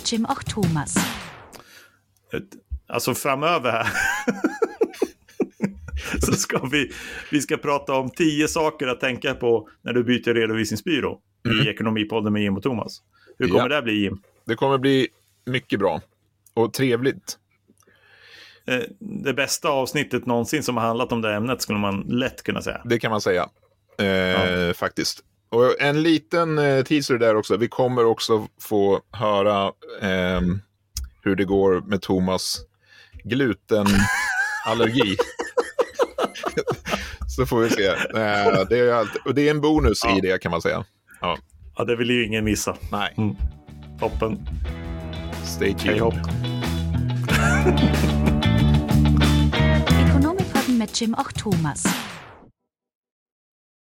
Jim och Thomas. Alltså framöver här så ska vi ska prata om 10 saker att tänka på när du byter redovisningsbyrå i Ekonomipodden med Jim och Thomas. Hur kommer det bli, Jim? Det kommer bli mycket bra och trevligt. Det bästa avsnittet någonsin som har handlat om det ämnet skulle man lätt kunna säga. Det kan man säga, faktiskt. Och en liten teaser där också. Vi kommer också få höra hur det går med Thomas glutenallergi. Så får vi se. Det är alltid, och det är en bonus i det, kan man säga. Ja, det vill ju ingen missa. Nej. Toppen. Stay tuned. Ekonomipodden med Jim och Thomas.